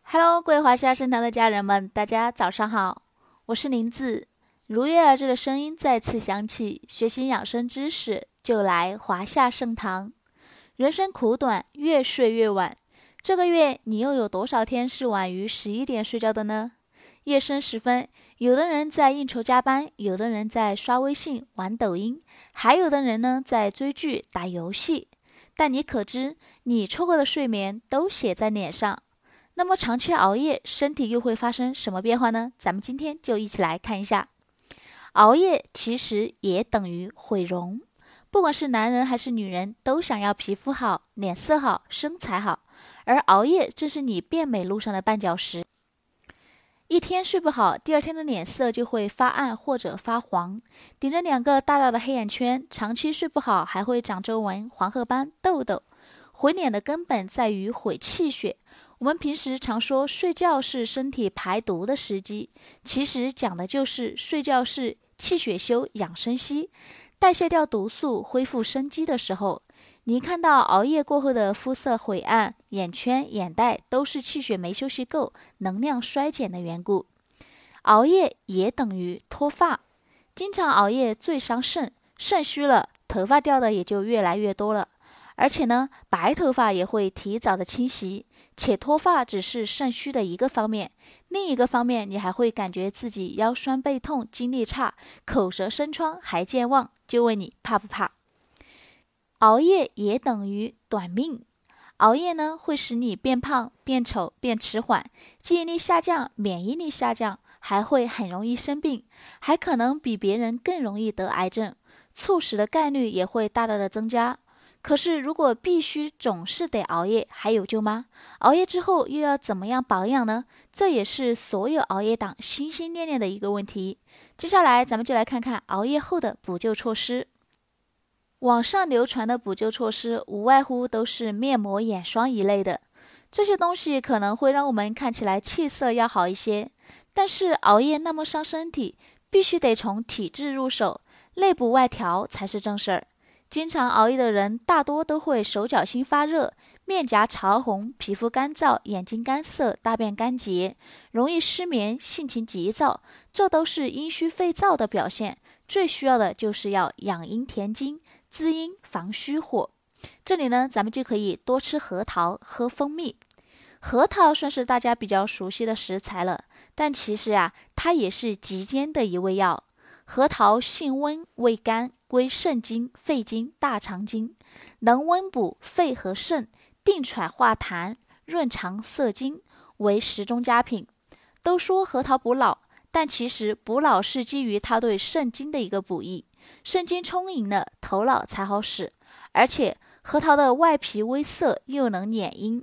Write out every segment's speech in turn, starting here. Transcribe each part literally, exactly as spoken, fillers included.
Hello，各位华夏盛堂的家人们，大家早上好，我是林子。如约而至的声音再次响起，学习养生知识就来华夏盛堂。人生苦短，越睡越晚。这个月你又有多少天是晚于十一点睡觉的呢？夜深时分，有的人在应酬加班，有的人在刷微信、玩抖音，还有的人呢在追剧、打游戏。但你可知，你错过的睡眠都写在脸上。那么长期熬夜，身体又会发生什么变化呢？咱们今天就一起来看一下。熬夜其实也等于毁容，不管是男人还是女人，都想要皮肤好、脸色好、身材好，而熬夜正是你变美路上的绊脚石。一天睡不好，第二天的脸色就会发暗或者发黄，顶着两个大大的黑眼圈。长期睡不好，还会长皱纹、黄褐斑、痘痘。毁脸的根本在于毁气血。我们平时常说睡觉是身体排毒的时机，其实讲的就是睡觉是气血休、养生息，代谢掉毒素、恢复生机的时候。你看到熬夜过后的肤色晦暗、眼圈、眼袋，都是气血没休息够、能量衰减的缘故。熬夜也等于脱发，经常熬夜最伤肾，肾虚了，头发掉的也就越来越多了。而且呢，白头发也会提早的侵袭，且脱发只是肾虚的一个方面，另一个方面你还会感觉自己腰酸背痛、精力差、口舌生疮还健忘，就问你怕不怕？熬夜也等于短命，熬夜呢会使你变胖、变丑、变迟缓，记忆力下降、免疫力下降，还会很容易生病，还可能比别人更容易得癌症，猝死的概率也会大大的增加。可是如果必须总是得熬夜，还有救吗？熬夜之后又要怎么样保养呢？这也是所有熬夜党心心念念的一个问题。接下来咱们就来看看熬夜后的补救措施。网上流传的补救措施无外乎都是面膜、眼霜一类的，这些东西可能会让我们看起来气色要好一些，但是熬夜那么伤身体，必须得从体质入手，内部外调才是正事儿。经常熬夜的人大多都会手脚心发热、面颊潮红、皮肤干燥、眼睛干涩、大便干结，容易失眠、性情急躁，这都是阴虚肺燥的表现。最需要的就是要养阴填精、滋阴防虚火。这里呢，咱们就可以多吃核桃、喝蜂蜜。核桃算是大家比较熟悉的食材了，但其实啊，它也是极坚的一味药。核桃性温，味甘，归肾经、肺经、大肠经，能温补肺和肾，定喘化痰，润肠涩精，为食中佳品。都说核桃补老，但其实补老是基于它对肾经的一个补益，肾经充盈了，头脑才好使。而且核桃的外皮微涩，又能敛阴，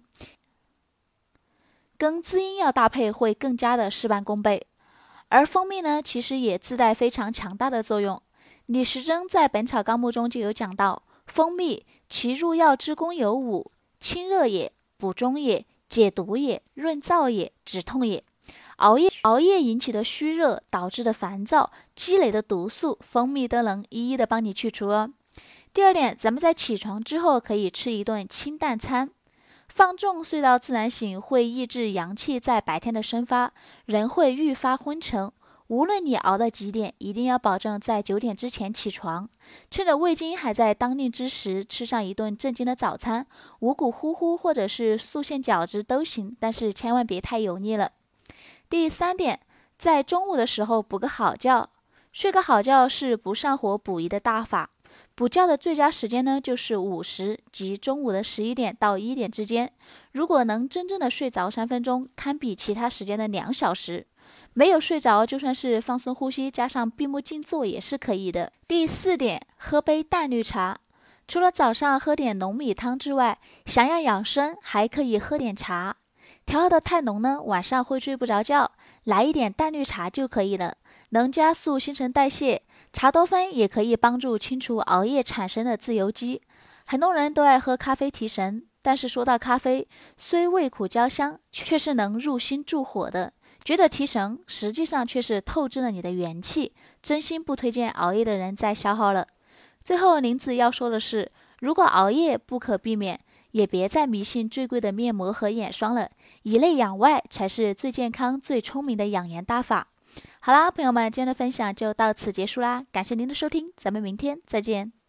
跟滋阴药搭配会更加的事半功倍。而蜂蜜呢，其实也自带非常强大的作用。李时珍在《本草纲目》中就有讲到，蜂蜜其入药之功有五：清热也，补中也，解毒也，润燥也，止痛也。熬夜熬夜引起的虚热，导致的烦躁，积累的毒素，蜂蜜都能一一的帮你去除哦。第二点，咱们在起床之后可以吃一顿清淡餐。放纵睡到自然醒，会抑制阳气在白天的生发，人会愈发昏沉。无论你熬到几点，一定要保证在九点之前起床，趁着胃经还在当令之时，吃上一顿正经的早餐，五谷糊糊或者是素馅饺子都行，但是千万别太油腻了。第三点，在中午的时候补个好觉，睡个好觉是不上火补益的大法。补觉的最佳时间呢，就是午时及中午的十一点到一点之间。如果能真正的睡着三分钟，堪比其他时间的两小时。没有睡着，就算是放松呼吸，加上闭目静坐也是可以的。第四点，喝杯淡绿茶。除了早上喝点浓米汤之外，想要养生，还可以喝点茶。调和的太浓呢，晚上会睡不着觉，来一点淡绿茶就可以了，能加速新陈代谢。茶多酚也可以帮助清除熬夜产生的自由基。很多人都爱喝咖啡提神，但是说到咖啡，虽味苦焦香，却是能入心助火的。觉得提神，实际上却是透支了你的元气，真心不推荐熬夜的人再消耗了。最后林子要说的是，如果熬夜不可避免， 也别再迷信最贵的面膜和眼霜了，以内养外才是最健康、最聪明的养颜大法。好啦，朋友们，今天的分享就到此结束啦，感谢您的收听，咱们明天再见。